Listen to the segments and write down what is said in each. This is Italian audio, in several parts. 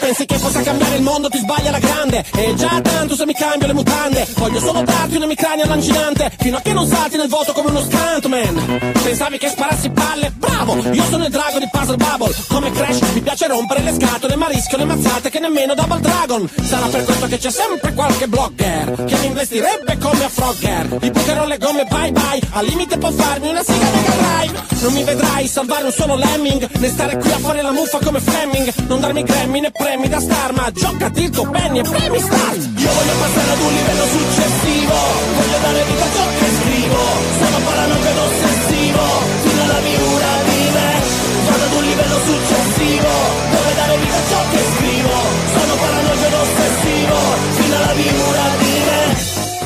pensi che possa cambiare il mondo, ti sbagli alla grande. E già tanto se mi cambio le mutande, voglio solo darti un'emicrania lancinante, fino a che non salti nel voto come uno stuntman. Pensavi che sparassi palle? Bravo! Io sono il drago di Puzzle Bubble. Come Crash mi piace rompere le scatole, ma rischio le mazzate che nemmeno Double Dragon. Sarà per questo che c'è sempre qualche blogger che mi investirebbe come a Frogger. Gli butterò le gomme bye bye, al limite può farmi una siga Mega Drive. Non mi vedrai salvare un solo lemming, né stare qui a fare la muffa come Fleming. Non darmi Grammy né premi da star, ma giocati il tuo penny e premi start. Io voglio passare ad un livello successivo, voglio dare vita a ciò che scrivo. Sono paranoico ed ossessivo, fino alla miura di me. Vado ad un livello successivo, dove dare vita a ciò che scrivo. Sono paranoico ed ossessivo, fino alla miura di me.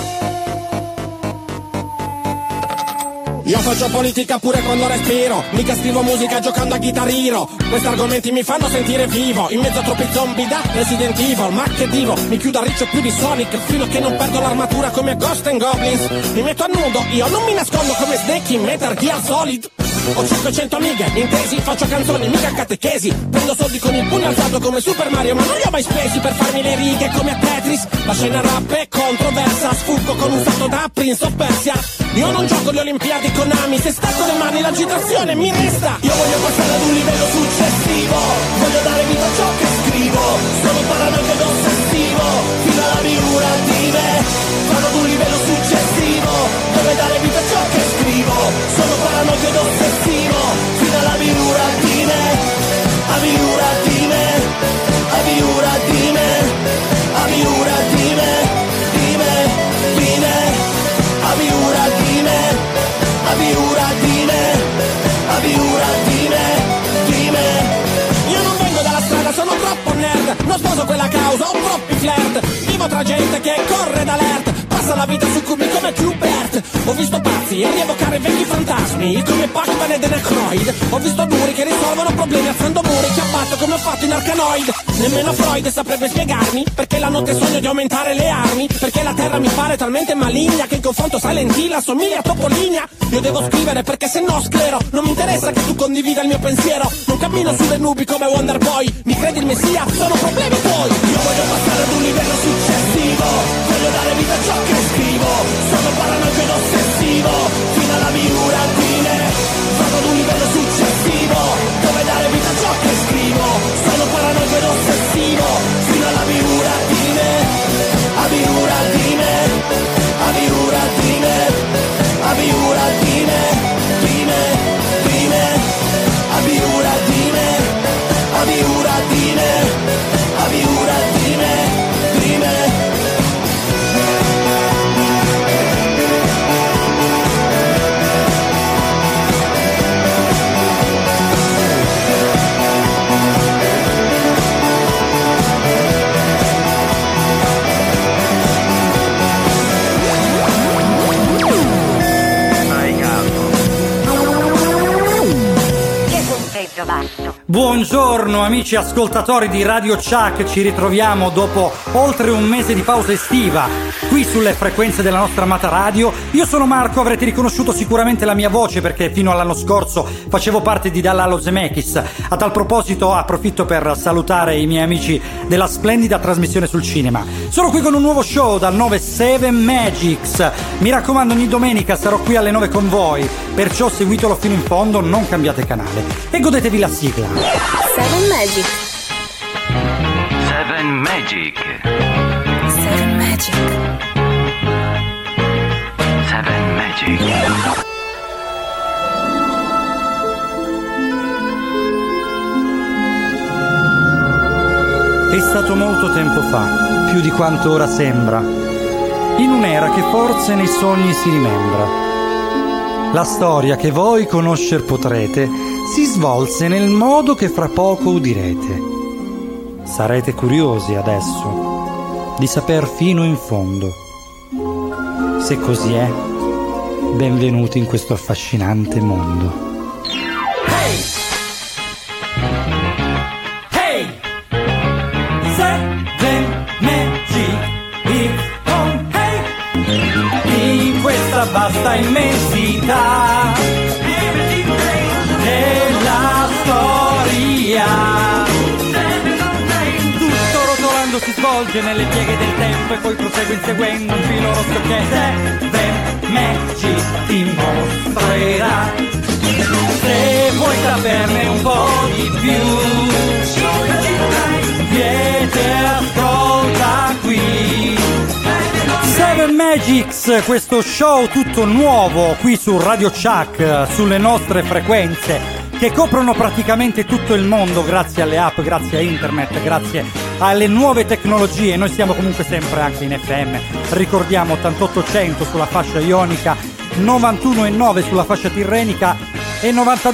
Io faccio politica pure quando respiro, mica scrivo musica giocando a Guitar Hero. Questi argomenti mi fanno sentire vivo, in mezzo a troppi zombie da Resident Evil. Ma che divo, mi chiudo a riccio più di Sonic, fino a che non perdo l'armatura come a Ghost and Goblins. Mi metto a nudo, io non mi nascondo come Snake in Metal Gear Solid. Ho 500 amiche, intesi, faccio canzoni, mica catechesi. Prendo soldi con il pugno alzato come Super Mario, ma non li ho mai spesi per farmi le righe come a Tetris. La scena rap è controversa, sfuggo con un salto da Prince of Persia. Io non gioco le Olimpiadi con Ami, se stacco le mani l'agitazione mi resta. Io voglio passare ad un livello successivo, voglio dare vita a ciò che scrivo. Sono paranoico ed ossessivo, fino alla miura di me. Vado ad un livello successivo, dove dare vita a ciò che scrivo. Sono paranoico ed ossessivo, fino alla miura di me. A miura di me, a miura di me, a miura di me, di me, di me. A miura di me, a miura di me, a miura di me, di me. Io non vengo dalla strada, sono troppo nerd, non sposo quella causa, ho troppi flirt. Vivo tra gente che corre d'alert, passa la vita su cubi come Qbert. Ho visto pazzi rievocare vecchi fantasmi come Pac-Man e The Necroid. Ho visto duri che risolvono problemi alzando muri, che ha fatto come ho fatto in Arkanoid. Nemmeno Freud saprebbe spiegarmi perché la notte sogno di aumentare le armi, perché la terra mi pare talmente maligna che in confronto Silent Hill assomiglia a Topolinia. Io devo scrivere perché se no sclero, non mi interessa che tu condivida il mio pensiero. Non cammino sulle nubi come Wonder Boy, mi credi il messia? Sono problemi tuoi. Io voglio passare ad un livello successivo, voglio dare vita a ciò che scrivo. Sono paranoico ed ossessivo, fino alla miura di me. Vado ad un livello successivo, dove dare vita a ciò che scrivo. Sono paranoico ed ossessivo, fino alla miura di me. A miura di me, a miura di me, a miura di me, di me, di me. A miura di me, a miura di me, a miura di me, di me. Buongiorno amici ascoltatori di Radio Chuck, ci ritroviamo dopo oltre un mese di pausa estiva qui sulle frequenze della nostra amata radio. Io sono Marco, avrete riconosciuto sicuramente la mia voce perché fino all'anno scorso facevo parte di Dallalo Zemeckis. A tal proposito approfitto per salutare i miei amici della splendida trasmissione sul cinema. Sono qui con un nuovo show dal 9 Seven Magics. Mi raccomando, ogni domenica sarò qui alle 9 con voi, perciò seguitelo fino in fondo, non cambiate canale e godetevi la sigla. Seven Magic. Seven Magic. Seven Magic. Seven Magic. È stato molto tempo fa, più di quanto ora sembra, in un'era che forse nei sogni si rimembra. La storia che voi conoscer potrete si svolse nel modo che fra poco udirete. Sarete curiosi adesso di saper fino in fondo. Se così è, benvenuti in questo affascinante mondo. Hey! Hey! Seven Magic, it's on, hey! In questa vasta immensità della storia, stringe nelle pieghe del tempo e poi prosegue inseguendo un filo rosso che Seven Magic ti mostrerà. Se vuoi saperne un po' di più, vieni e ascolta qui Seven Magics, questo show tutto nuovo qui su Radio Chuck, sulle nostre frequenze che coprono praticamente tutto il mondo grazie alle app, grazie a internet, grazie alle nuove tecnologie. Noi siamo comunque sempre anche in FM, ricordiamo 8800 sulla fascia ionica, 91,9 sulla fascia tirrenica e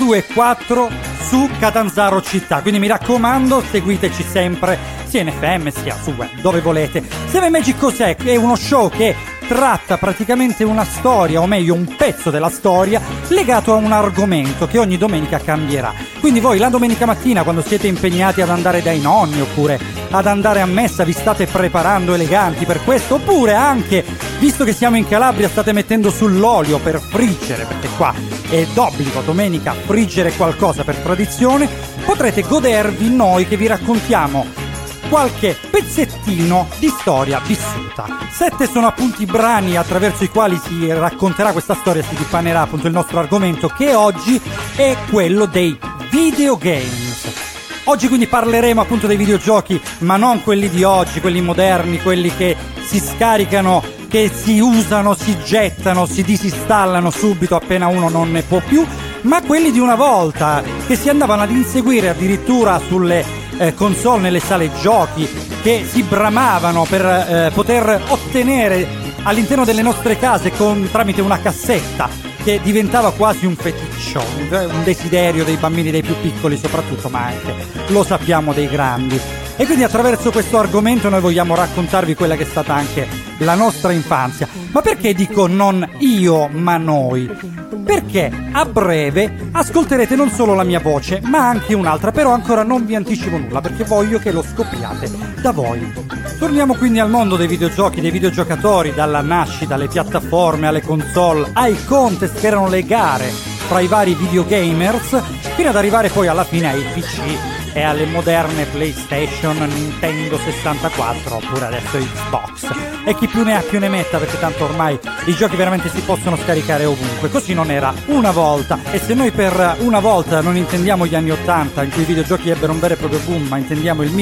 92,4 su Catanzaro città. Quindi mi raccomando, seguiteci sempre sia in FM sia su web, dove volete. Seven Magic cos'è? È uno show che tratta praticamente una storia, o meglio un pezzo della storia legato a un argomento che ogni domenica cambierà. Quindi voi la domenica mattina, quando siete impegnati ad andare dai nonni oppure ad andare a messa, vi state preparando eleganti per questo, oppure anche, visto che siamo in Calabria, state mettendo sull'olio per friggere, perché qua è d'obbligo domenica friggere qualcosa per tradizione, potrete godervi noi che vi raccontiamo qualche pezzettino di storia vissuta. 7 sono appunto i brani attraverso i quali si racconterà questa storia, si dipanerà appunto il nostro argomento, che oggi è quello dei videogames. Oggi quindi parleremo appunto dei videogiochi, ma non quelli di oggi, quelli moderni, quelli che si scaricano, che si usano, si gettano, si disinstallano subito appena uno non ne può più, ma quelli di una volta, che si andavano ad inseguire addirittura sulle console, nelle sale giochi, che si bramavano per poter ottenere all'interno delle nostre case tramite una cassetta, che diventava quasi un feticcio, un desiderio dei bambini, dei più piccoli soprattutto, ma anche, lo sappiamo, dei grandi. E quindi attraverso questo argomento noi vogliamo raccontarvi quella che è stata anche la nostra infanzia. Ma perché dico non io, ma noi? Perché a breve ascolterete non solo la mia voce, ma anche un'altra, però ancora non vi anticipo nulla, perché voglio che lo scopriate da voi. Torniamo quindi al mondo dei videogiochi, dei videogiocatori, dalla nascita, alle piattaforme, alle console, ai contest che erano le gare fra i vari videogamers, fino ad arrivare poi alla fine ai PC e alle moderne PlayStation, Nintendo 64 oppure adesso Xbox, e chi più ne ha più ne metta, perché tanto ormai i giochi veramente si possono scaricare ovunque. Così non era una volta, e se noi per una volta non intendiamo gli anni 80 in cui i videogiochi ebbero un vero e proprio boom, ma intendiamo il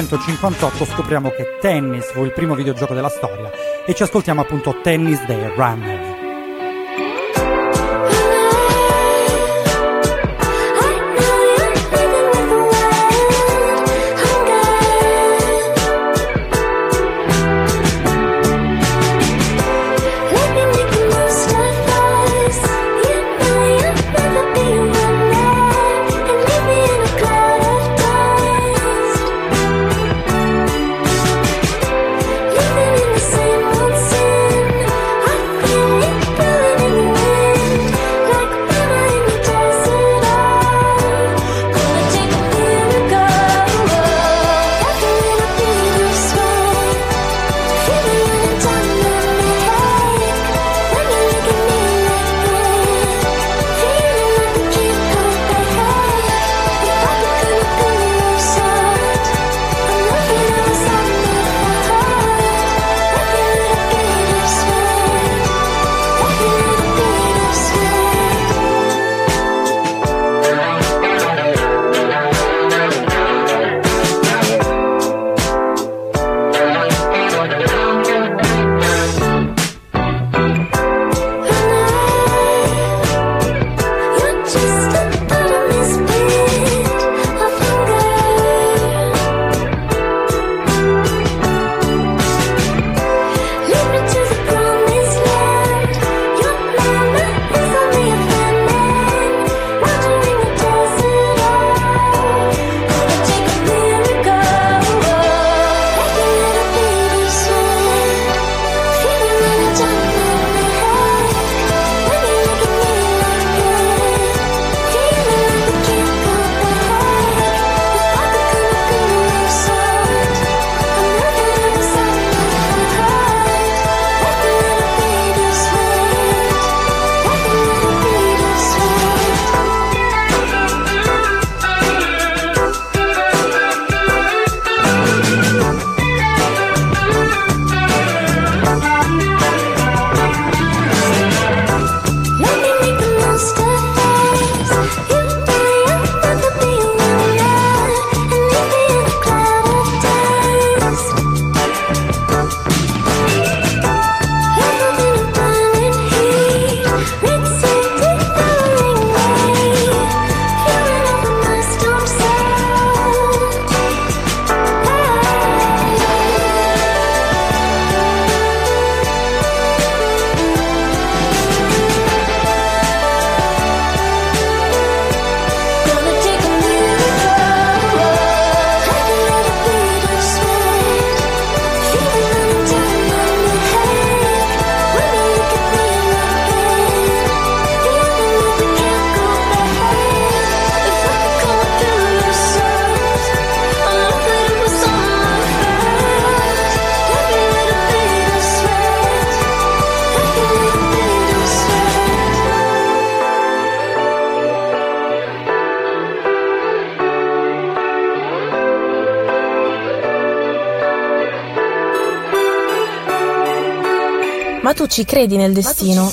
1958, scopriamo che Tennis fu il primo videogioco della storia e ci ascoltiamo appunto Tennis Day Runner. Living in the same old sin, I feel Ma tu ci credi nel destino?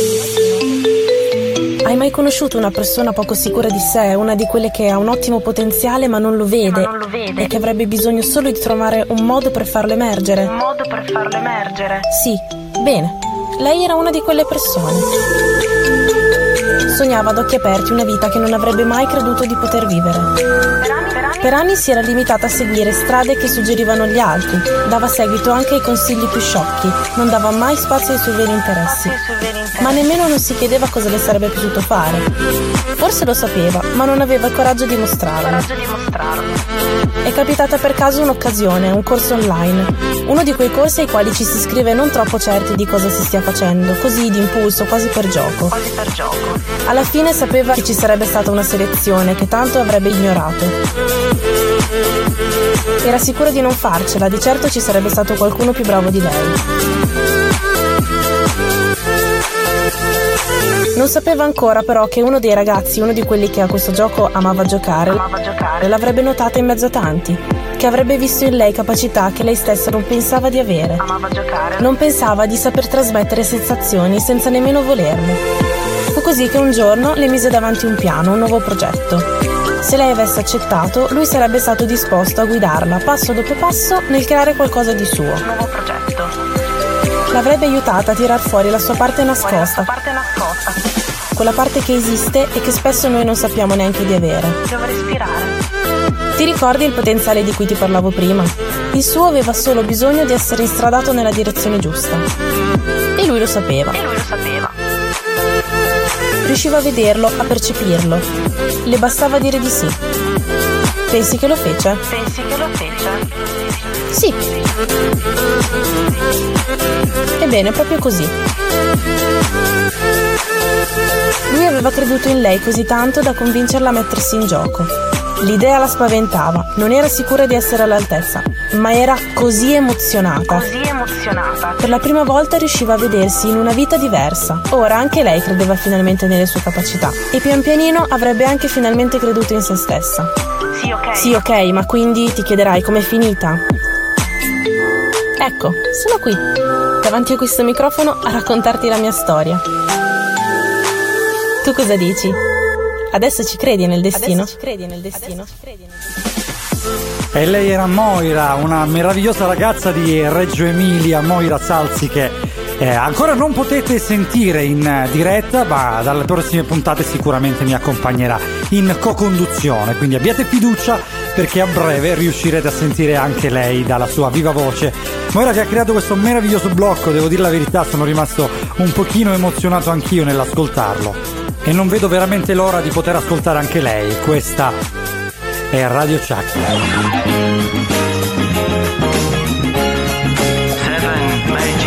Hai mai conosciuto una persona poco sicura di sé, una di quelle che ha un ottimo potenziale ma non lo vede e che avrebbe bisogno solo di trovare un modo per farlo emergere? Sì, bene, lei era una di quelle persone. Sognava ad occhi aperti una vita che non avrebbe mai creduto di poter vivere. Per anni si era limitata a seguire strade che suggerivano gli altri, dava seguito anche ai consigli più sciocchi, non dava mai spazio ai suoi veri interessi, ma nemmeno non si chiedeva cosa le sarebbe piaciuto fare. Forse lo sapeva, ma non aveva il coraggio di mostrarlo. È capitata per caso un'occasione, un corso online, uno di quei corsi ai quali ci si iscrive non troppo certi di cosa si stia facendo, così d'impulso, quasi per gioco. Alla fine sapeva che ci sarebbe stata una selezione, che tanto avrebbe ignorato. Era sicuro di non farcela, di certo ci sarebbe stato qualcuno più bravo di lei. Non sapeva ancora però che uno dei ragazzi, uno di quelli che a questo gioco amava giocare, l'avrebbe notata in mezzo a tanti, che avrebbe visto in lei capacità che lei stessa non pensava di avere. Non pensava di saper trasmettere sensazioni senza nemmeno volerle. Fu così che un giorno le mise davanti un piano, un nuovo progetto. Se lei avesse accettato, lui sarebbe stato disposto a guidarla passo dopo passo nel creare qualcosa di suo. L'avrebbe aiutata a tirar fuori la sua parte nascosta, quella parte che esiste e che spesso noi non sappiamo neanche di avere. Ti ricordi il potenziale di cui ti parlavo prima? Il suo aveva solo bisogno di essere instradato nella direzione giusta. E lui lo sapeva. Riusciva a vederlo, a percepirlo. Le bastava dire di sì. Pensi che lo fece? Sì. Ebbene, proprio così. Lui aveva creduto in lei così tanto da convincerla a mettersi in gioco. L'idea la spaventava, non era sicura di essere all'altezza, ma era così emozionata. Per la prima volta riusciva a vedersi in una vita diversa. Ora anche lei credeva finalmente nelle sue capacità e pian pianino avrebbe anche finalmente creduto in se stessa. Sì, ok, ma quindi ti chiederai com'è finita? Ecco, sono qui, davanti a questo microfono a raccontarti la mia storia. Tu cosa dici? Adesso ci credi nel destino? E lei era Moira, una meravigliosa ragazza di Reggio Emilia, Moira Salzi, che ancora non potete sentire in diretta, ma dalle prossime puntate sicuramente mi accompagnerà in co-conduzione, quindi abbiate fiducia perché a breve riuscirete a sentire anche lei dalla sua viva voce. Moira che ha creato questo meraviglioso blocco, devo dire la verità, sono rimasto un pochino emozionato anch'io nell'ascoltarlo. E non vedo veramente l'ora di poter ascoltare anche lei. Questa è Radio Chuck. Seven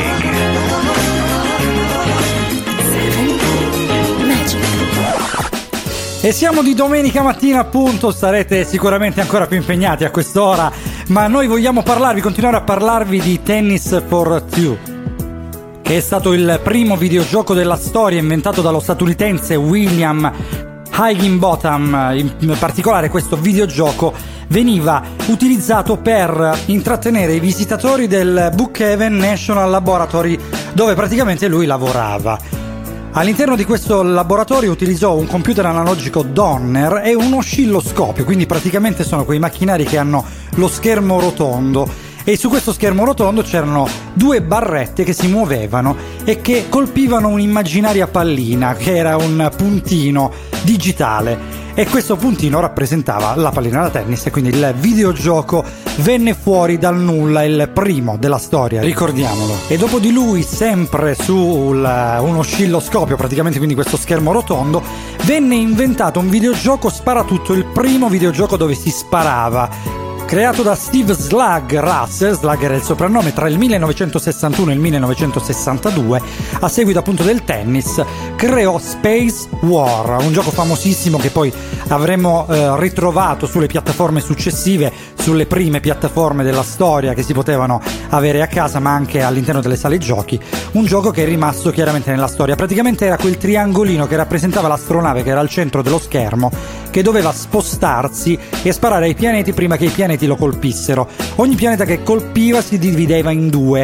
Magic. E siamo di domenica mattina, appunto, starete sicuramente ancora più impegnati a quest'ora, ma noi vogliamo continuare a parlarvi di Tennis for Two, che è stato il primo videogioco della storia inventato dallo statunitense William Higginbotham. In particolare questo videogioco veniva utilizzato per intrattenere i visitatori del Brookhaven National Laboratory, dove praticamente lui lavorava. All'interno di questo laboratorio utilizzò un computer analogico Donner e un oscilloscopio, quindi praticamente sono quei macchinari che hanno lo schermo rotondo. E su questo schermo rotondo c'erano due barrette che si muovevano e che colpivano un'immaginaria pallina, che era un puntino digitale, e questo puntino rappresentava la pallina da tennis, e quindi il videogioco venne fuori dal nulla, il primo della storia, ricordiamolo. E dopo di lui, sempre su un oscilloscopio, praticamente, quindi questo schermo rotondo, venne inventato un videogioco sparatutto, il primo videogioco dove si sparava, creato da Steve Slug Russell. Slug era il soprannome. Tra il 1961 e il 1962, a seguito appunto del tennis, creò Space War, un gioco famosissimo che poi avremo ritrovato sulle piattaforme successive, sulle prime piattaforme della storia che si potevano avere a casa, ma anche all'interno delle sale giochi. Un gioco che è rimasto chiaramente nella storia. Praticamente era quel triangolino che rappresentava l'astronave che era al centro dello schermo, che doveva spostarsi e sparare ai pianeti prima che i pianeti lo colpissero. Ogni pianeta che colpiva si divideva in due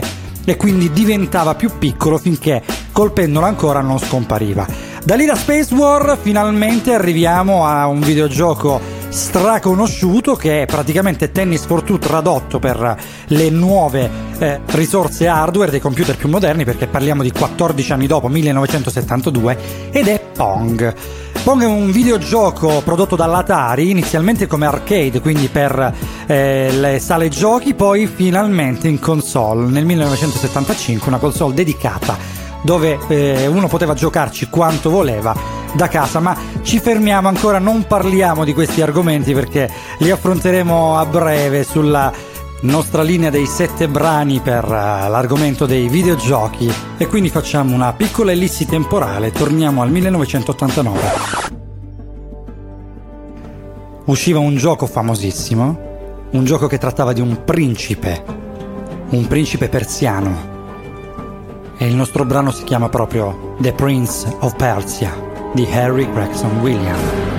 e quindi diventava più piccolo finché colpendolo ancora non scompariva. Da lì da Space War finalmente arriviamo a un videogioco straconosciuto che è praticamente Tennis for Two tradotto per le nuove risorse hardware dei computer più moderni, perché parliamo di 14 anni dopo, 1972, ed è Pong. Pong è un videogioco prodotto dall'Atari, inizialmente come arcade, quindi per le sale giochi, poi finalmente in console nel 1975, una console dedicata dove uno poteva giocarci quanto voleva da casa. Ma ci fermiamo ancora, non parliamo di questi argomenti perché li affronteremo a breve sulla nostra linea dei 7 brani per l'argomento dei videogiochi, e quindi facciamo una piccola ellissi temporale, torniamo al 1989. Usciva un gioco famosissimo, un gioco che trattava di un principe persiano, e il nostro brano si chiama proprio The Prince of Persia di Harry Gregson Williams.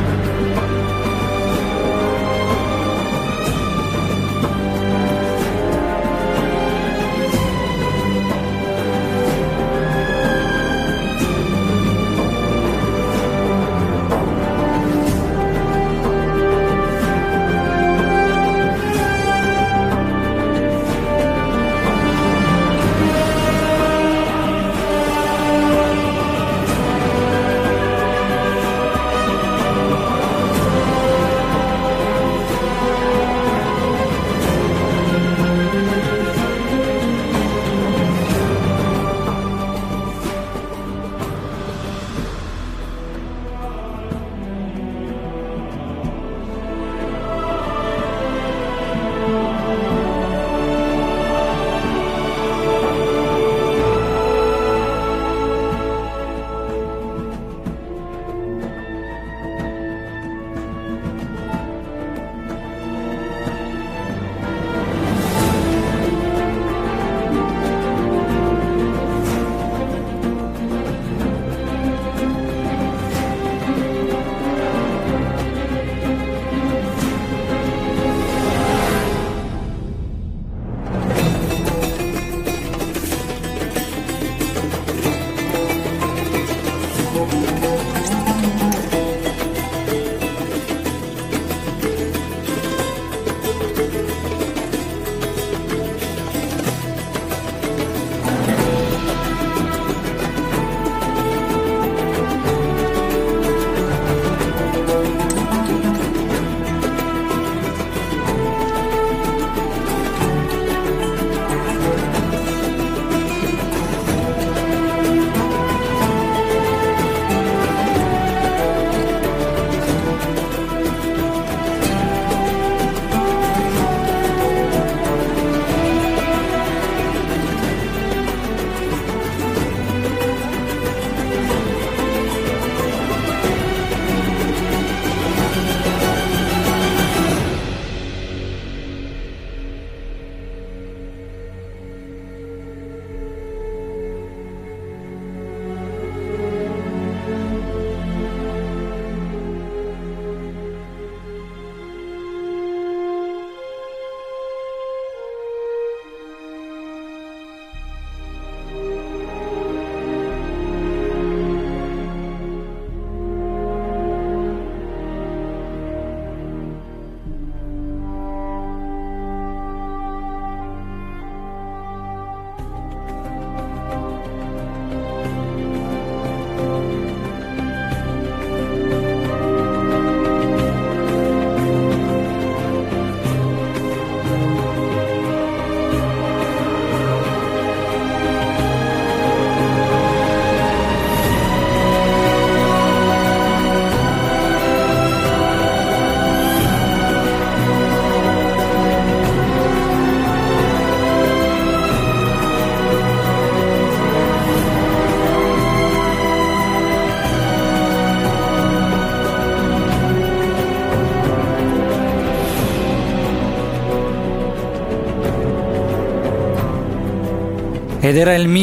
Ed era il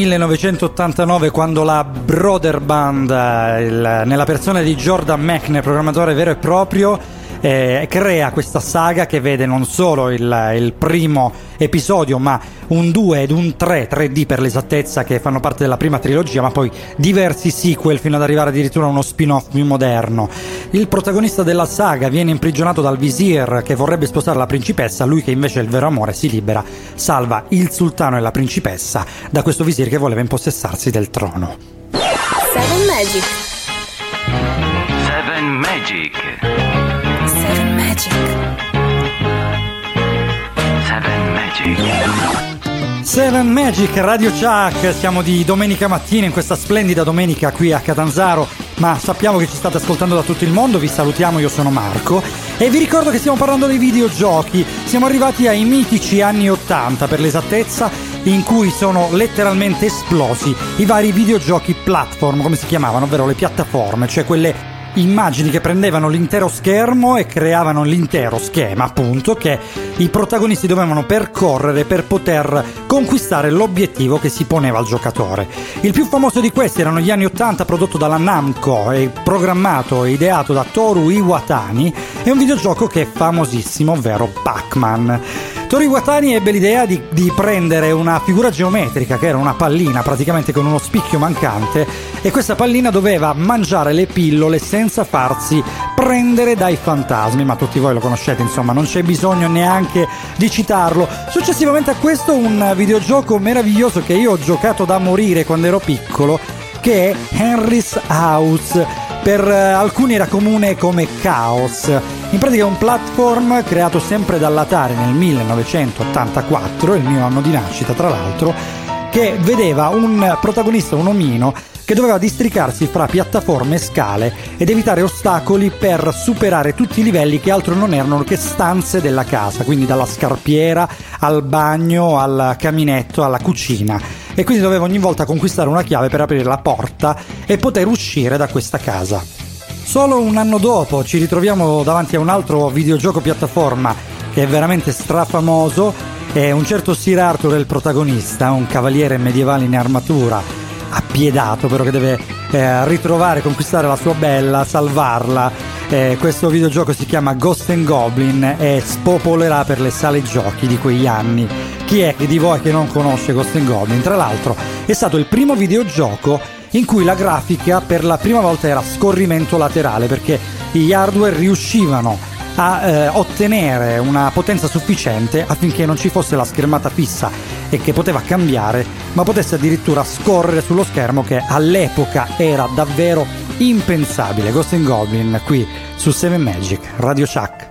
1989 quando la Brother Band, nella persona di Jordan Mechner, programmatore vero e proprio, crea questa saga che vede non solo il primo episodio, ma un 2 ed un 3 3D per l'esattezza, che fanno parte della prima trilogia, ma poi diversi sequel fino ad arrivare addirittura a uno spin-off più moderno. Il protagonista della saga viene imprigionato dal visir che vorrebbe sposare la principessa, lui che invece è il vero amore si libera, salva il sultano e la principessa da questo visir che voleva impossessarsi del trono. Seven Magic. Seven Magic. Seven Magic. Seven Magic. Seven Magic, Radio Chuck, siamo di domenica mattina in questa splendida domenica qui a Catanzaro, ma sappiamo che ci state ascoltando da tutto il mondo, vi salutiamo, io sono Marco e vi ricordo che stiamo parlando dei videogiochi, siamo arrivati ai mitici anni 80 per l'esattezza, in cui sono letteralmente esplosi i vari videogiochi platform, come si chiamavano, ovvero le piattaforme, cioè quelle immagini che prendevano l'intero schermo e creavano l'intero schema, appunto, che i protagonisti dovevano percorrere per poter conquistare l'obiettivo che si poneva al giocatore. Il più famoso di questi erano gli anni 80, prodotto dalla Namco e programmato e ideato da Toru Iwatani, e un videogioco che è famosissimo, ovvero Pac-Man. Toru Iwatani ebbe l'idea di prendere una figura geometrica che era una pallina praticamente con uno spicchio mancante, e questa pallina doveva mangiare le pillole senza farsi prendere dai fantasmi, ma tutti voi lo conoscete, insomma non c'è bisogno neanche di citarlo. Successivamente a questo un videogioco meraviglioso che io ho giocato da morire quando ero piccolo, che è Henry's House, per alcuni era comune come Chaos. In pratica è un platform creato sempre dall'Atari nel 1984, il mio anno di nascita tra l'altro, che vedeva un protagonista, un omino, che doveva districarsi fra piattaforme e scale ed evitare ostacoli per superare tutti i livelli che altro non erano che stanze della casa, quindi dalla scarpiera al bagno, al caminetto, alla cucina, e quindi doveva ogni volta conquistare una chiave per aprire la porta e poter uscire da questa casa. Solo un anno dopo ci ritroviamo davanti a un altro videogioco piattaforma che è veramente strafamoso, è un certo Sir Arthur è il protagonista, un cavaliere medievale in armatura, appiedato però che deve ritrovare, conquistare la sua bella, salvarla. Questo videogioco si chiama Ghost and Goblin e spopolerà per le sale giochi di quegli anni. Chi è di voi che non conosce Ghost and Goblin? Tra l'altro è stato il primo videogioco in cui la grafica per la prima volta era scorrimento laterale, perché gli hardware riuscivano a ottenere una potenza sufficiente affinché non ci fosse la schermata fissa e che poteva cambiare, ma potesse addirittura scorrere sullo schermo, che all'epoca era davvero impensabile. Ghost and Goblin qui su Seven Magic, Radio Chuck.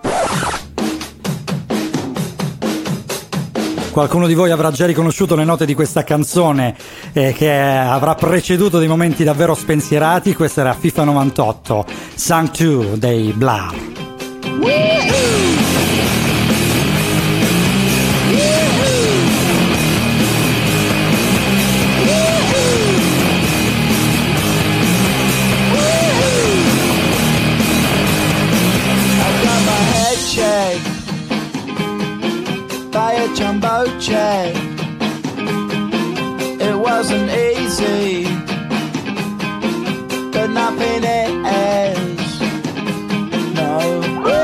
Qualcuno di voi avrà già riconosciuto le note di questa canzone che avrà preceduto dei momenti davvero spensierati. Questa era FIFA 98, Sung 2 dei Blur. Jumbo jet. It wasn't easy, but nothing is. No.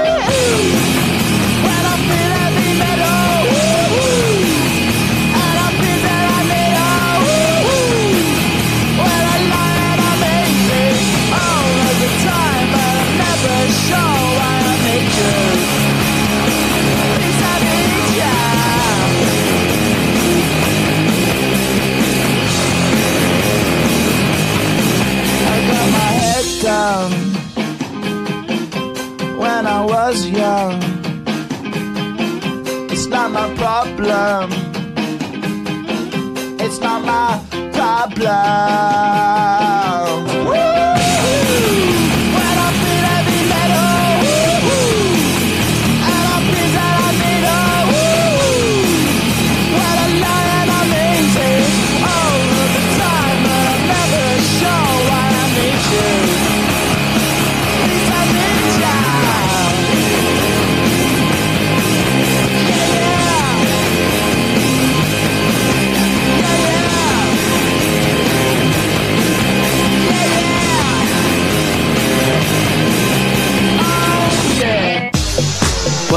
When I feel heavy metal, and I feel that I need when I lie and I'm easy all of the time, but I'm never sure why I need you. Please I need you. Down when I was young. It's not my problem. It's not my problem. When I feel heavy metal, and I feel that I need when I lie and I'm easy all of the time, but I'm never sure why I need you.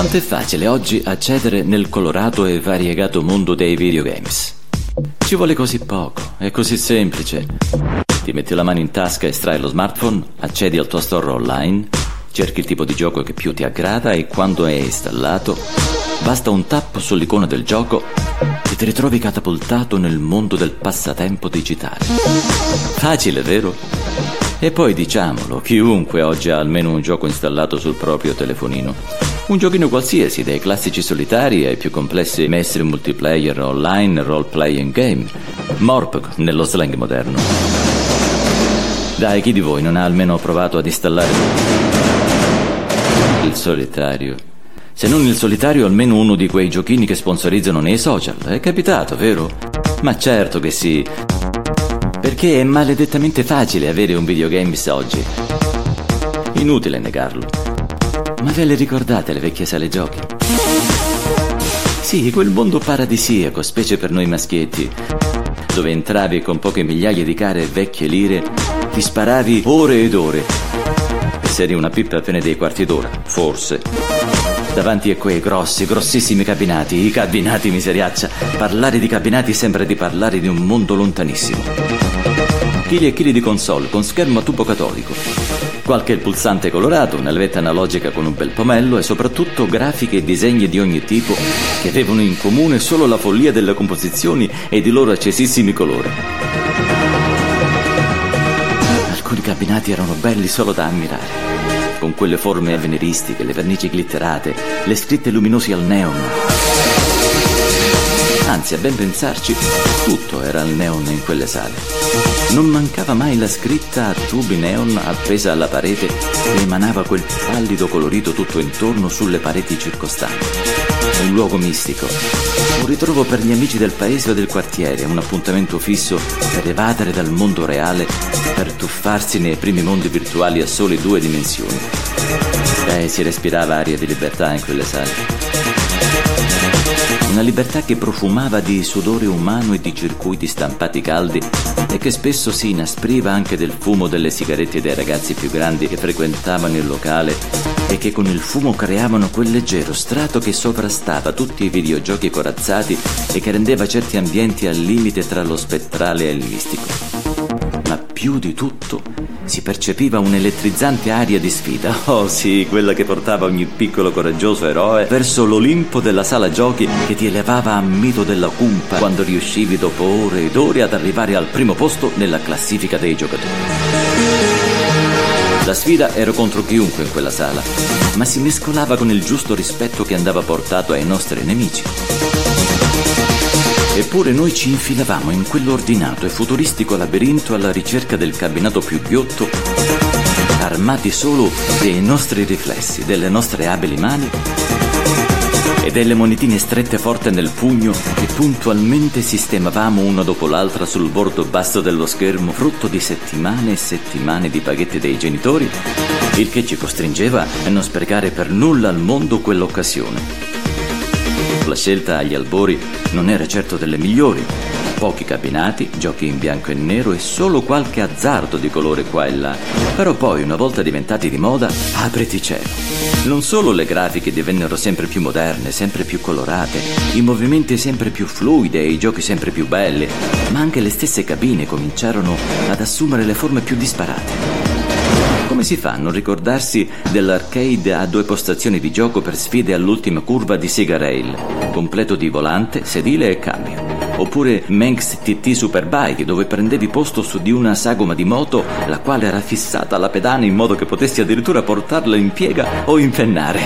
Quanto è facile oggi accedere nel colorato e variegato mondo dei videogames. Ci vuole così poco, è così semplice. Ti metti la mano in tasca, estrai lo smartphone, accedi al tuo store online, cerchi il tipo di gioco che più ti aggrada e quando è installato, basta un tap sull'icona del gioco e ti ritrovi catapultato nel mondo del passatempo digitale. Facile, vero? E poi diciamolo, chiunque oggi ha almeno un gioco installato sul proprio telefonino. Un giochino qualsiasi, dai classici solitari ai più complessi mestri multiplayer online, role-playing game, MORP nello slang moderno. Dai, chi di voi non ha almeno provato ad installare il solitario? Se non il solitario, almeno uno di quei giochini che sponsorizzano nei social. È capitato, vero? Ma certo che sì. Perché è maledettamente facile avere un videogames oggi. Inutile negarlo. Ma ve le ricordate le vecchie sale giochi? Sì, quel mondo paradisiaco, specie per noi maschietti, dove entravi e con poche migliaia di care vecchie lire ti sparavi ore ed ore. E se eri una pippa appena dei quarti d'ora, forse. Davanti a quei grossissimi cabinati, i cabinati miseriaccia. Parlare di cabinati sembra di parlare di un mondo lontanissimo. Chili e chili di console con schermo a tubo catodico, qualche pulsante colorato, una levetta analogica con un bel pomello e soprattutto grafiche e disegni di ogni tipo che avevano in comune solo la follia delle composizioni ed i loro accesissimi colori. Alcuni cabinati erano belli solo da ammirare, con quelle forme avveniristiche, le vernici glitterate, le scritte luminosi al neon. Anzi, a ben pensarci, tutto era al neon in quelle sale. Non mancava mai la scritta a tubi neon appesa alla parete che emanava quel pallido colorito tutto intorno sulle pareti circostanti. Un luogo mistico, un ritrovo per gli amici del paese o del quartiere, un appuntamento fisso per evadere dal mondo reale, per tuffarsi nei primi mondi virtuali a soli 2 dimensioni. Si respirava aria di libertà in quelle sale. Una libertà che profumava di sudore umano e di circuiti stampati caldi e che spesso si inaspriva anche del fumo delle sigarette dei ragazzi più grandi che frequentavano il locale e che con il fumo creavano quel leggero strato che sovrastava tutti i videogiochi corazzati e che rendeva certi ambienti al limite tra lo spettrale e il mistico. Ma più di tutto si percepiva un'elettrizzante aria di sfida, oh sì, quella che portava ogni piccolo coraggioso eroe verso l'Olimpo della sala giochi che ti elevava a mito della cumpa quando riuscivi dopo ore ed ore ad arrivare al primo posto nella classifica dei giocatori. La sfida era contro chiunque in quella sala, ma si mescolava con il giusto rispetto che andava portato ai nostri nemici. Eppure noi ci infilavamo in quell'ordinato e futuristico labirinto alla ricerca del cabinato più ghiotto, armati solo dei nostri riflessi, delle nostre abili mani e delle monetine strette forte nel pugno che puntualmente sistemavamo una dopo l'altra sul bordo basso dello schermo, frutto di settimane e settimane di paghetti dei genitori, il che ci costringeva a non sprecare per nulla al mondo quell'occasione. La scelta agli albori non era certo delle migliori. Pochi cabinati, giochi in bianco e nero e solo qualche azzardo di colore qua e là. Però poi, una volta diventati di moda, apriti cielo. Non solo le grafiche divennero sempre più moderne, sempre più colorate, i movimenti sempre più fluidi e i giochi sempre più belli, ma anche le stesse cabine cominciarono ad assumere le forme più disparate. Come si fa a non ricordarsi dell'arcade a 2 postazioni di gioco per sfide all'ultima curva di Sega Rail, completo di volante, sedile e cambio? Oppure Manx TT Superbike, dove prendevi posto su di una sagoma di moto, la quale era fissata alla pedana in modo che potessi addirittura portarla in piega o impennare.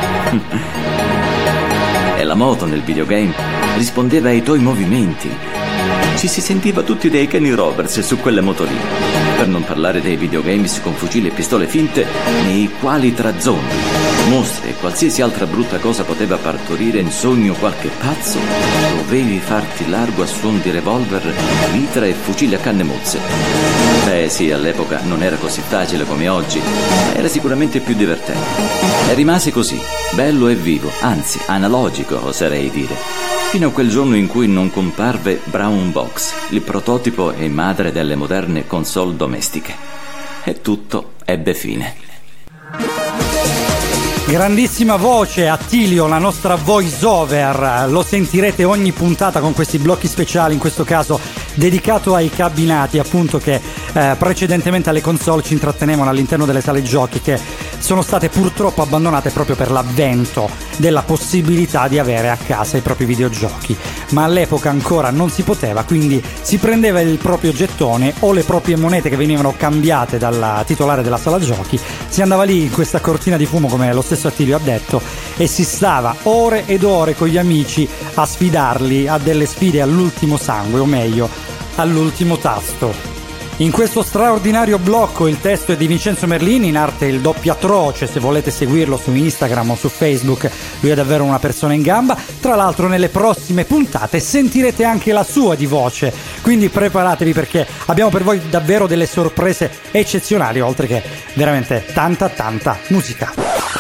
E la moto nel videogame rispondeva ai tuoi movimenti. Ci si sentiva tutti dei Kenny Roberts su quelle motoline. Per non parlare dei videogames con fucili e pistole finte, nei quali tra zombie, mostri e qualsiasi altra brutta cosa poteva partorire in sogno qualche pazzo, dovevi farti largo a suon di revolver, mitra e fucili a canne mozze. Sì, all'epoca non era così facile come oggi, ma era sicuramente più divertente. E rimase così, bello e vivo, anzi analogico, oserei dire, fino a quel giorno in cui non comparve Brown Box, il prototipo e madre delle moderne console domestiche. E tutto ebbe fine. Grandissima voce, Attilio, la nostra voice over, lo sentirete ogni puntata con questi blocchi speciali, in questo caso dedicato ai cabinati appunto che precedentemente alle console ci intrattenevano all'interno delle sale giochi, che sono state purtroppo abbandonate proprio per l'avvento della possibilità di avere a casa i propri videogiochi, ma all'epoca ancora non si poteva, quindi si prendeva il proprio gettone o le proprie monete che venivano cambiate dal titolare della sala giochi, si andava lì in questa cortina di fumo, come lo stesso Attilio ha detto, e si stava ore ed ore con gli amici a sfidarli a delle sfide all'ultimo sangue, o meglio all'ultimo tasto. In questo straordinario blocco il testo è di Vincenzo Merlini, in arte il Doppiatroce, se volete seguirlo su Instagram o su Facebook, lui è davvero una persona in gamba. Tra l'altro nelle prossime puntate sentirete anche la sua di voce, quindi preparatevi perché abbiamo per voi davvero delle sorprese eccezionali, oltre che veramente tanta musica.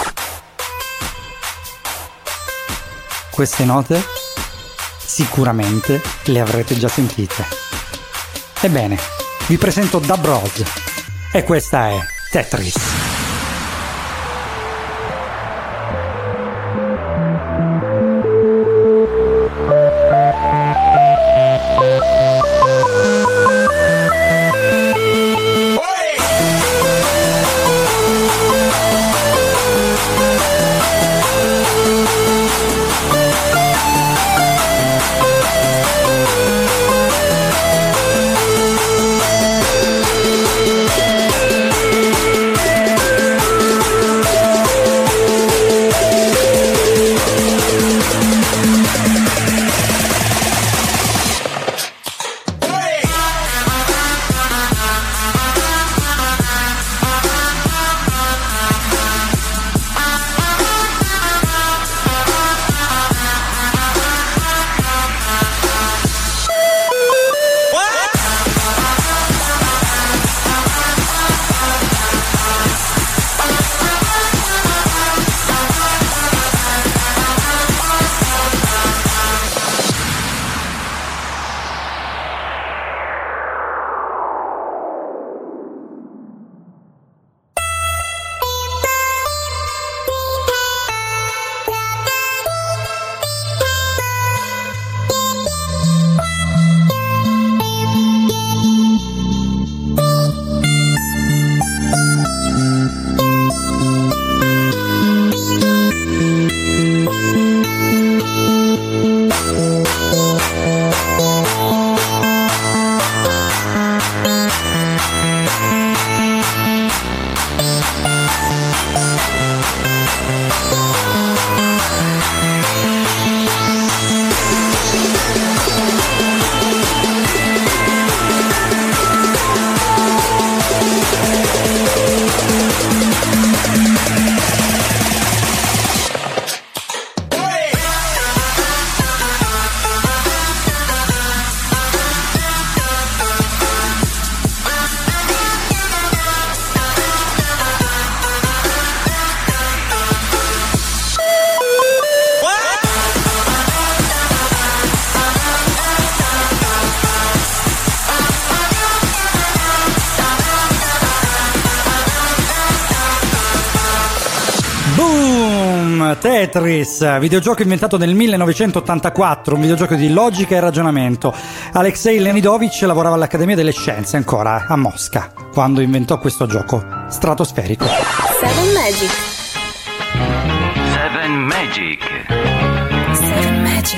Queste note sicuramente le avrete già sentite. Ebbene, vi presento Da Bros e questa è Tetris. Tetris, videogioco inventato nel 1984, un videogioco di logica e ragionamento. Alexei Leonidovich lavorava all'Accademia delle Scienze ancora a Mosca quando inventò questo gioco stratosferico. Seven Magic. Seven Magic. Seven Magic.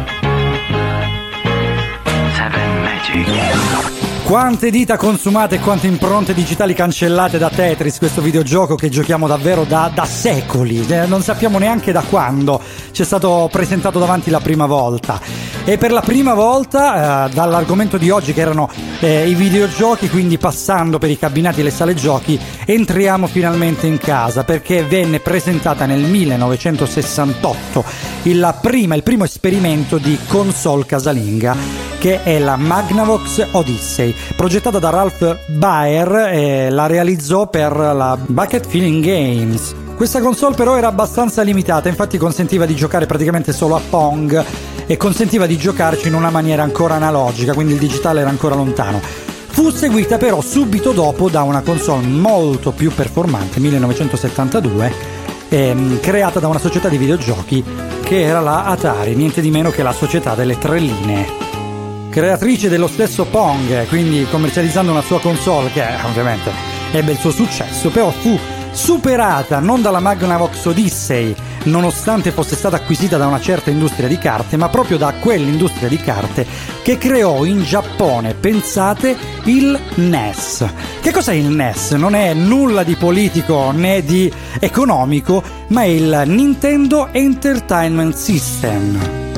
Seven Magic. Quante dita consumate e quante impronte digitali cancellate da Tetris, questo videogioco che giochiamo davvero da secoli, non sappiamo neanche da quando ci è stato presentato davanti la prima volta. E per la prima volta, dall'argomento di oggi che erano i videogiochi, quindi passando per i cabinati e le sale giochi, entriamo finalmente in casa, perché venne presentata nel 1968 il primo esperimento di console casalinga, che è la Magnavox Odyssey, progettata da Ralph Baer e la realizzò per la Bucket Filling Games. Questa console però era abbastanza limitata, infatti consentiva di giocare praticamente solo a Pong e consentiva di giocarci in una maniera ancora analogica, quindi il digitale era ancora lontano. Fu seguita però subito dopo da una console molto più performante, 1972, creata da una società di videogiochi che era la Atari, niente di meno che la società delle tre linee, creatrice dello stesso Pong, quindi commercializzando una sua console che ovviamente ebbe il suo successo, però fu superata non dalla Magnavox Odyssey, nonostante fosse stata acquisita da una certa industria di carte, ma proprio da quell'industria di carte che creò in Giappone, pensate, il NES. Che cos'è il NES? Non è nulla di politico né di economico, ma è il Nintendo Entertainment System.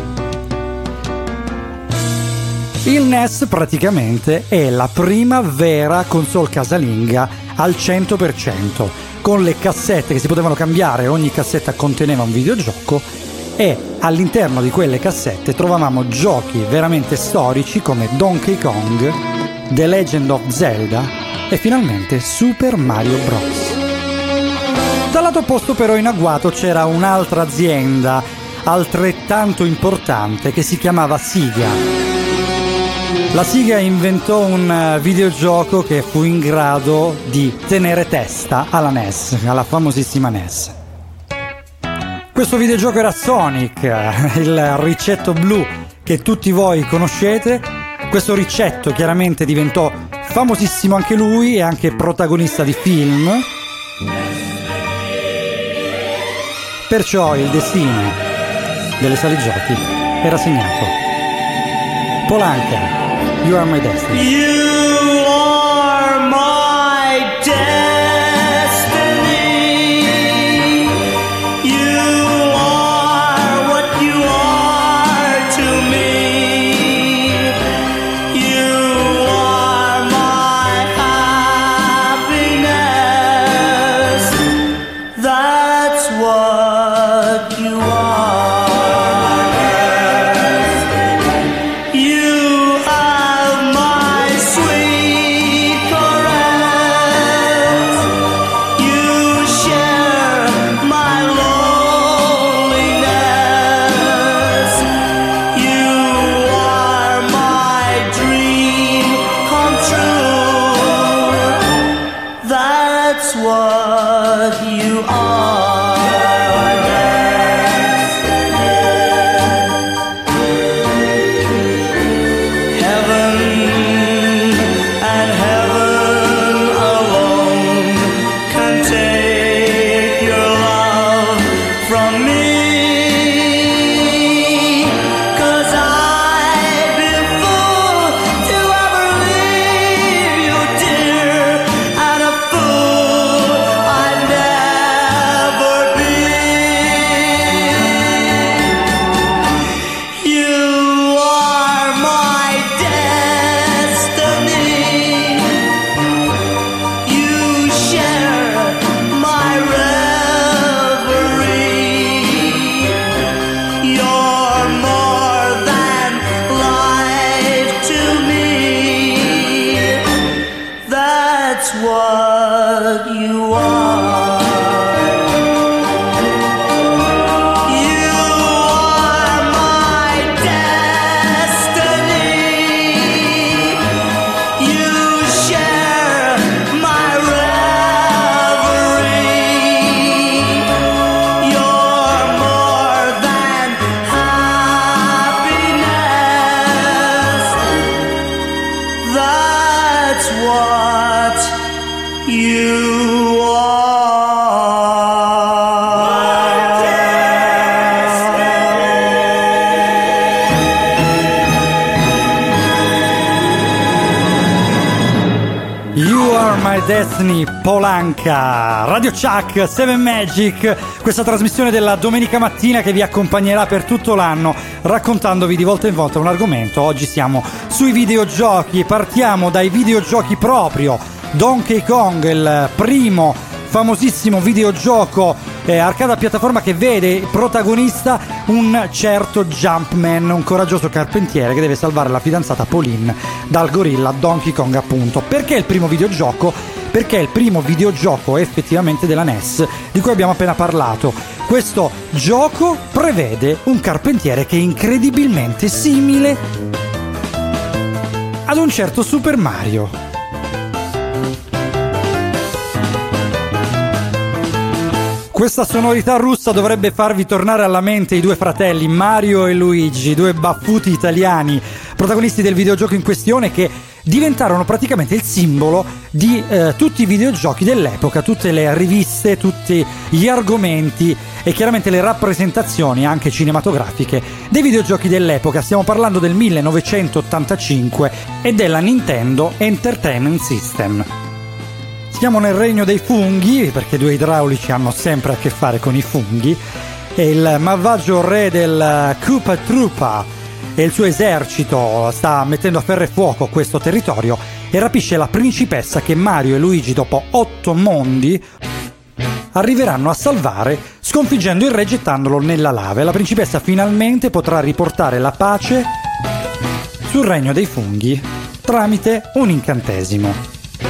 Il NES praticamente è la prima vera console casalinga al 100%, con le cassette che si potevano cambiare, ogni cassetta conteneva un videogioco e all'interno di quelle cassette trovavamo giochi veramente storici come Donkey Kong, The Legend of Zelda e finalmente Super Mario Bros. Dal lato opposto però in agguato c'era un'altra azienda altrettanto importante che si chiamava Sega. La Sega inventò un videogioco che fu in grado di tenere testa alla NES, alla famosissima NES. Questo videogioco era Sonic, il ricetto blu che tutti voi conoscete. Questo ricetto chiaramente diventò famosissimo anche lui e anche protagonista di film. Perciò il destino delle sale giochi era segnato. Polanca, You Are My Destiny. You are my destiny. You are what you are to me. You are my happiness. That's what you are. You have my sweet caress. You share my loneliness. You are my dream come true. That's what you are. Heaven and heaven alone can take your love from me. 'Cause I'd be a fool to ever leave you, dear, and a fool I'd never be. You are my destiny. You share my reverie. You're more than life to me. That's what you are. You are my destiny. You share my reverie. You're more than happiness. That's what you You Are My Destiny, Polanca, Radio Chuck, 7 Magic, questa trasmissione della domenica mattina che vi accompagnerà per tutto l'anno raccontandovi di volta in volta un argomento. Oggi siamo sui videogiochi e partiamo dai videogiochi proprio. Donkey Kong, il primo famosissimo videogioco arcade a piattaforma che vede protagonista un certo Jumpman, un coraggioso carpentiere che deve salvare la fidanzata Pauline dal gorilla Donkey Kong, appunto. Perché il primo videogioco? Perché è il primo videogioco effettivamente della NES di cui abbiamo appena parlato. Questo gioco prevede un carpentiere che è incredibilmente simile ad un certo Super Mario. Questa sonorità russa dovrebbe farvi tornare alla mente i due fratelli Mario e Luigi, due baffuti italiani, protagonisti del videogioco in questione, che diventarono praticamente il simbolo di tutti i videogiochi dell'epoca, tutte le riviste, tutti gli argomenti e chiaramente le rappresentazioni anche cinematografiche dei videogiochi dell'epoca. Stiamo parlando del 1985 e della Nintendo Entertainment System. Siamo nel regno dei funghi, perché due idraulici hanno sempre a che fare con i funghi, e il malvagio re del Koopa Troopa e il suo esercito sta mettendo a ferro e fuoco questo territorio e rapisce la principessa che Mario e Luigi, dopo 8 mondi, arriveranno a salvare, sconfiggendo il re gettandolo nella lava, e la principessa finalmente potrà riportare la pace sul regno dei funghi tramite un incantesimo.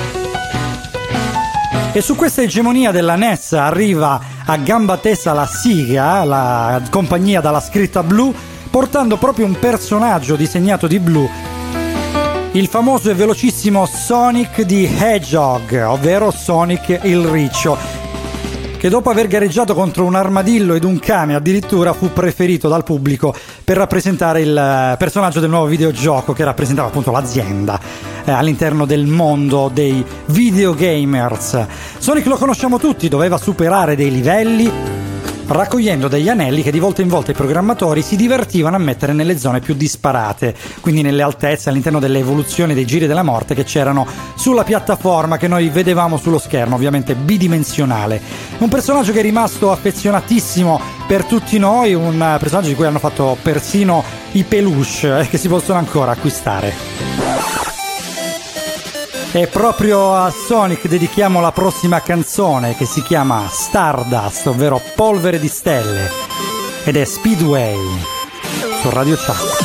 E su questa egemonia della NES arriva a gamba tesa la Sega, la compagnia dalla scritta blu, portando proprio un personaggio disegnato di blu, il famoso e velocissimo Sonic the Hedgehog, ovvero Sonic il Riccio, che dopo aver gareggiato contro un armadillo ed un cane addirittura fu preferito dal pubblico per rappresentare il personaggio del nuovo videogioco, che rappresentava appunto l'azienda all'interno del mondo dei videogamers. Sonic lo conosciamo tutti, doveva superare dei livelli raccogliendo degli anelli che di volta in volta i programmatori si divertivano a mettere nelle zone più disparate, quindi nelle altezze all'interno delle evoluzioni dei giri della morte che c'erano sulla piattaforma che noi vedevamo sullo schermo, ovviamente bidimensionale. Un personaggio che è rimasto affezionatissimo per tutti noi, un personaggio di cui hanno fatto persino i peluche che si possono ancora acquistare. E proprio a Sonic dedichiamo la prossima canzone, che si chiama Stardust, ovvero Polvere di Stelle, ed è Speedway su Radio Chuck.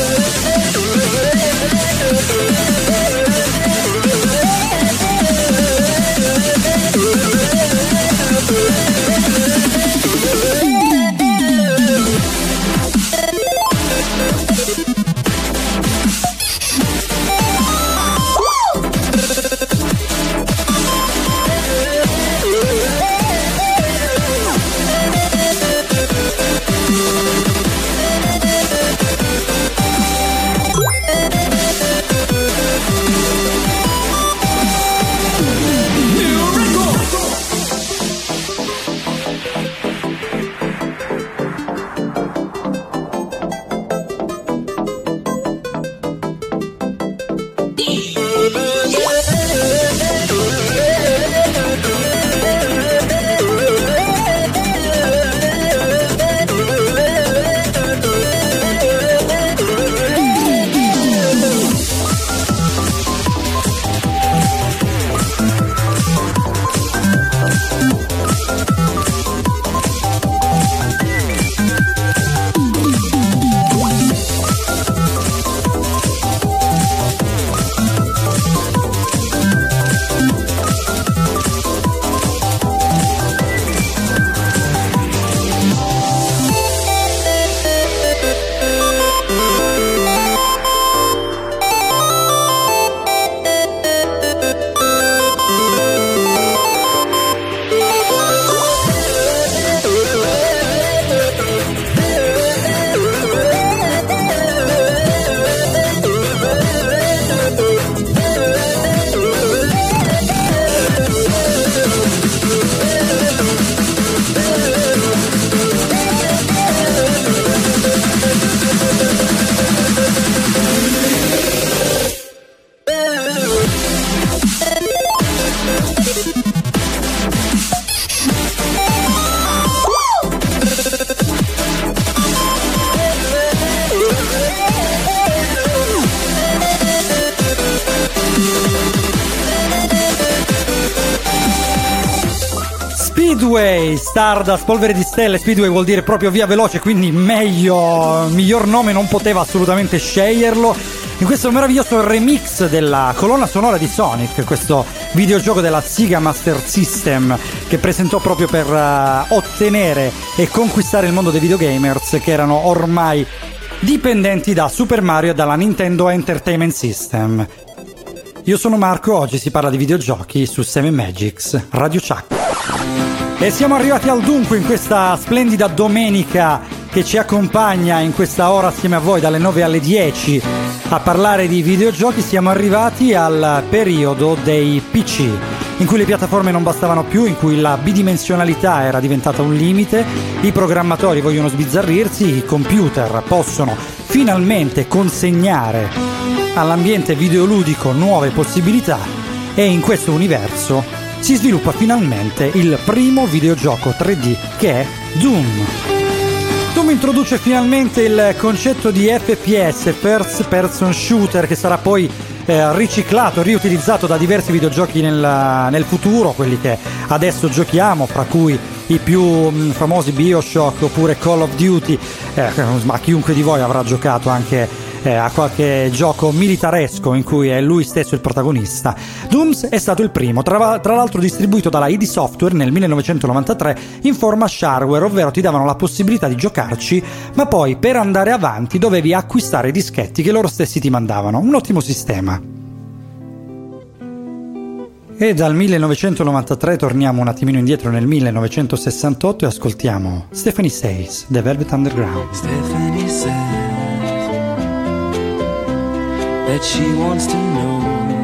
Speedway, Stardust, Polvere di Stelle. Speedway vuol dire proprio via veloce, quindi miglior nome non poteva assolutamente sceglierlo. In questo meraviglioso remix della colonna sonora di Sonic, questo videogioco della Sega Master System che presentò proprio per ottenere e conquistare il mondo dei videogamers che erano ormai dipendenti da Super Mario e dalla Nintendo Entertainment System. Io sono Marco, oggi si parla di videogiochi su 7 Magics, Radio Chuck. E siamo arrivati al dunque in questa splendida domenica che ci accompagna in questa ora assieme a voi dalle 9 alle 10 a parlare di videogiochi. Siamo arrivati al periodo dei PC, in cui le piattaforme non bastavano più, in cui la bidimensionalità era diventata un limite, i programmatori vogliono sbizzarrirsi, i computer possono finalmente consegnare all'ambiente videoludico nuove possibilità e in questo universo si sviluppa finalmente il primo videogioco 3D che è Doom. Doom introduce finalmente il concetto di FPS, First Person Shooter, che sarà poi riciclato, riutilizzato da diversi videogiochi nel futuro, quelli che adesso giochiamo, fra cui i più famosi BioShock oppure Call of Duty, ma chiunque di voi avrà giocato anche a qualche gioco militaresco in cui è lui stesso il protagonista. Doom è stato il primo, tra l'altro distribuito dalla ID Software nel 1993 in forma shareware, ovvero ti davano la possibilità di giocarci, ma poi per andare avanti dovevi acquistare i dischetti che loro stessi ti mandavano. Un ottimo sistema. E dal 1993 torniamo un attimino indietro nel 1968 e ascoltiamo Stephanie Says, The Velvet Underground. Stephanie says that she wants to know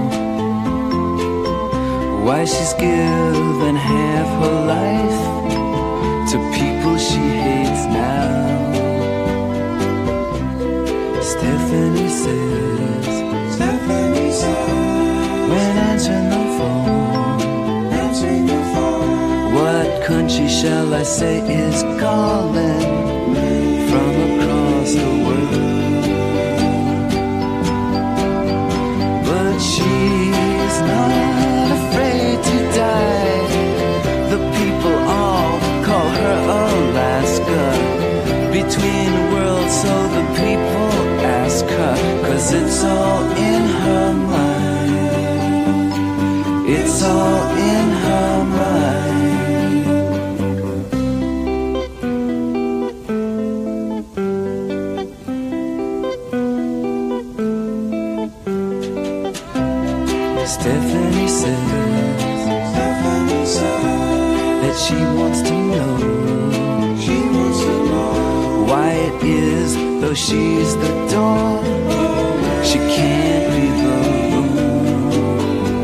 why she's given half her life to people she hates now. Stephanie says when answering the phone, what country shall I say is calling from across the world? But she's not afraid to die. The people all call her Alaska, between worlds, so the people ask her, 'cause it's all in her mind. It's all in her mind. Stephanie says that she wants to know why it is, though she's the door, she can't be the room.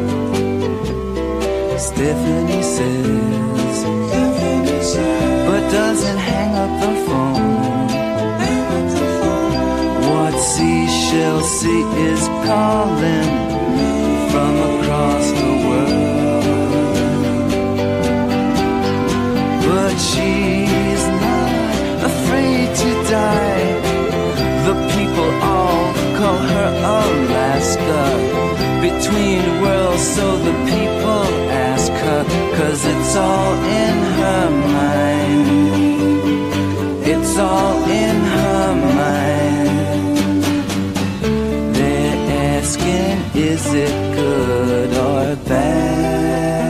Stephanie says, but doesn't hang up the phone. What seashell sea is calling from across the world? But she's not afraid to die. The people all call her Alaska, between worlds, so the people ask her, 'cause it's all in her mind. It's all in her mind. They're asking, is it good or bad?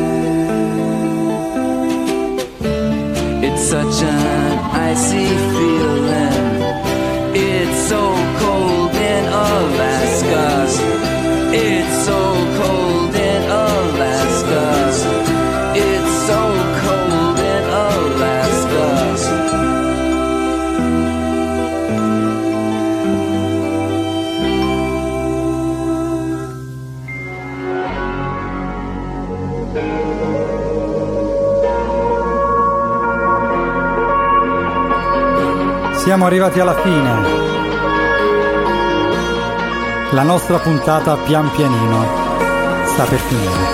It's such an icy feeling. It's so cold in Alaska. It's so cold in Alaska. It's so cold in Alaska. Siamo arrivati alla fine. La nostra puntata pian pianino sta per finire.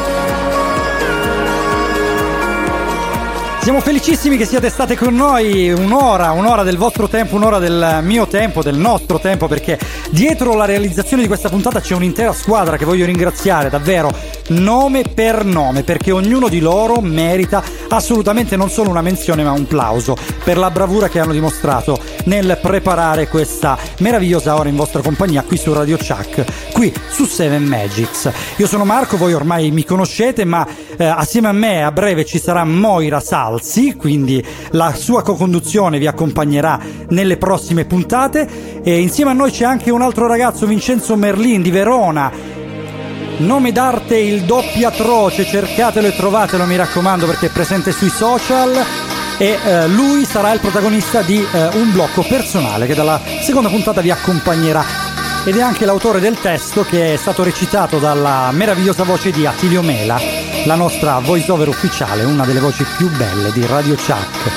Siamo felicissimi che siate state con noi un'ora del vostro tempo, un'ora del mio tempo, del nostro tempo, perché dietro la realizzazione di questa puntata c'è un'intera squadra che voglio ringraziare davvero nome per nome, perché ognuno di loro merita assolutamente non solo una menzione ma un plauso per la bravura che hanno dimostrato nel preparare questa meravigliosa ora in vostra compagnia qui su Radio Chuck, qui su 7 Magics. Io sono Marco, voi ormai mi conoscete, ma assieme a me a breve ci sarà Moira Salsi, quindi la sua co-conduzione vi accompagnerà nelle prossime puntate, e insieme a noi c'è anche un altro ragazzo, Vincenzo Merlin di Verona, nome d'arte il Doppiatroce, cercatelo e trovatelo, mi raccomando, perché è presente sui social. E lui sarà il protagonista di un blocco personale che dalla seconda puntata vi accompagnerà, ed è anche l'autore del testo, che è stato recitato dalla meravigliosa voce di Attilio Mela, la nostra voice over ufficiale, una delle voci più belle di Radio Chuck.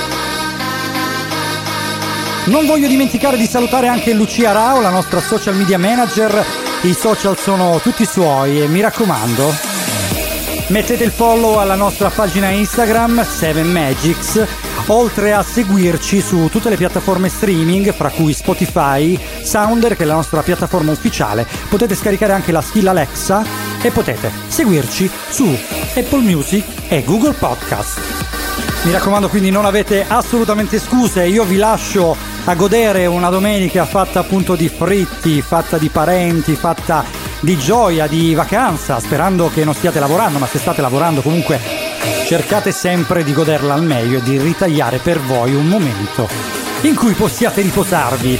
Non voglio dimenticare di salutare anche Lucia Rao, la nostra social media manager. I social sono tutti suoi e mi raccomando, mettete il follow alla nostra pagina Instagram 7Magics, oltre a seguirci su tutte le piattaforme streaming, fra cui Spotify, Sounder, che è la nostra piattaforma ufficiale. Potete scaricare anche la skill Alexa e potete seguirci su Apple Music e Google Podcast. Mi raccomando, quindi non avete assolutamente scuse, io vi lascio a godere una domenica fatta appunto di fritti, fatta di parenti, fatta di gioia, di vacanza, sperando che non stiate lavorando, ma se state lavorando comunque cercate sempre di goderla al meglio e di ritagliare per voi un momento in cui possiate riposarvi.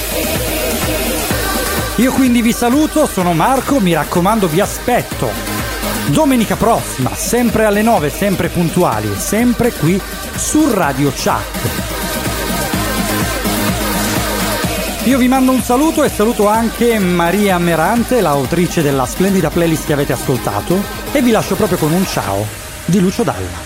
Io quindi vi saluto, sono Marco, mi raccomando, vi aspetto domenica prossima, sempre alle 9, sempre puntuali, sempre qui su Radio Chuck. Io vi mando un saluto e saluto anche Maria Merante, l'autrice della splendida playlist che avete ascoltato, e vi lascio proprio con un ciao di Lucio Dalla.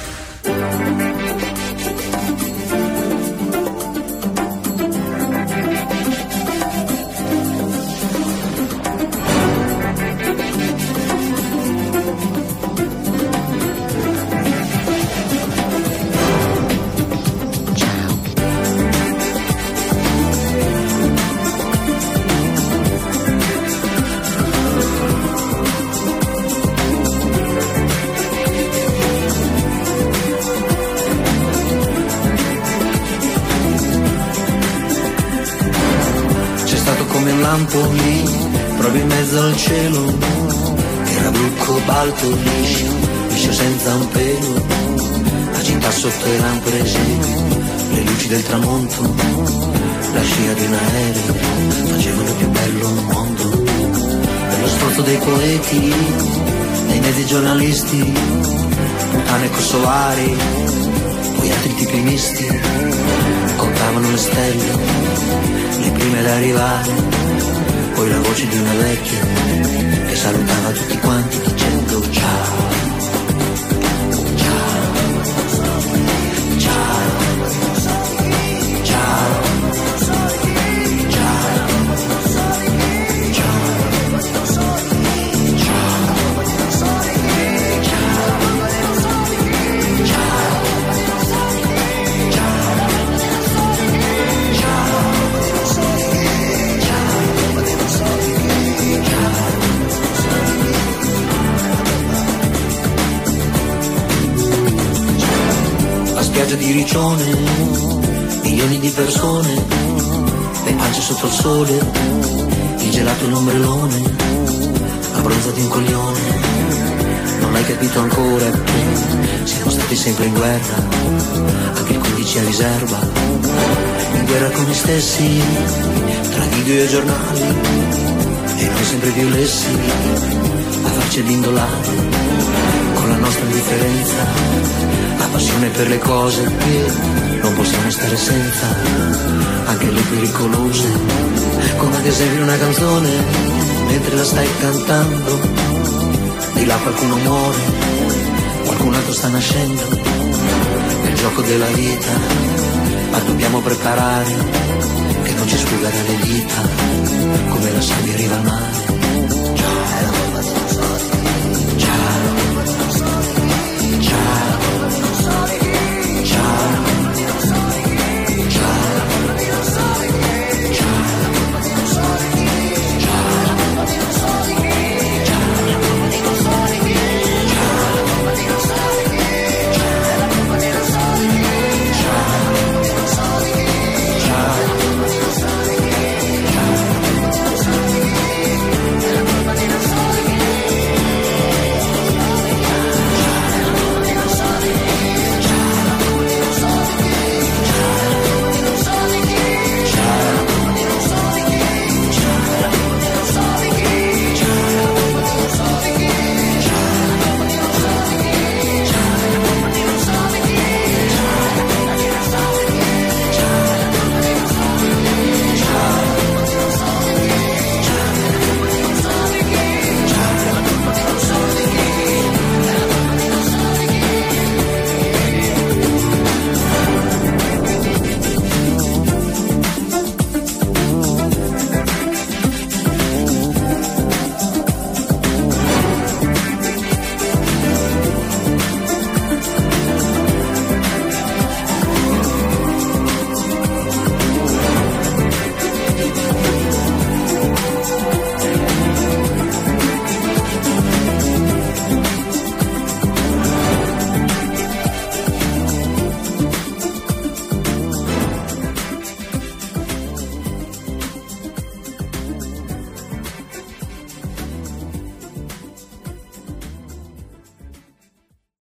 Lì, proprio in mezzo al cielo, era blu cobalto liscio senza un pelo, la città sotto i lampresi, le luci del tramonto, la scia di un aereo, facevano più bello un mondo, per lo sforzo dei poeti, dei mezzi giornalisti, puttane kosovari, poi altri tipi misti, contavano le stelle, le prime ad arrivare. Poi la voce di una vecchia che salutava tutti quanti dicendo ciao, ciao, ciao, ciao, spiaggia di Riccione, milioni di persone, le pance sotto il sole, il gelato e l'ombrellone, abbronzati un coglione, non l'hai capito ancora, siamo stati sempre in guerra, anche il 15 a riserva, in guerra con noi stessi, tra video e giornali, e noi sempre più lessi, a farci l'indolare, con la nostra indifferenza, la passione per le cose che non possiamo stare senza, anche le pericolose, come ad esempio una canzone, mentre la stai cantando, di là qualcuno muore, qualcun altro sta nascendo, nel gioco della vita, ma dobbiamo preparare, che non ci sfuga dalle dita, come la sabbia arriva al mare.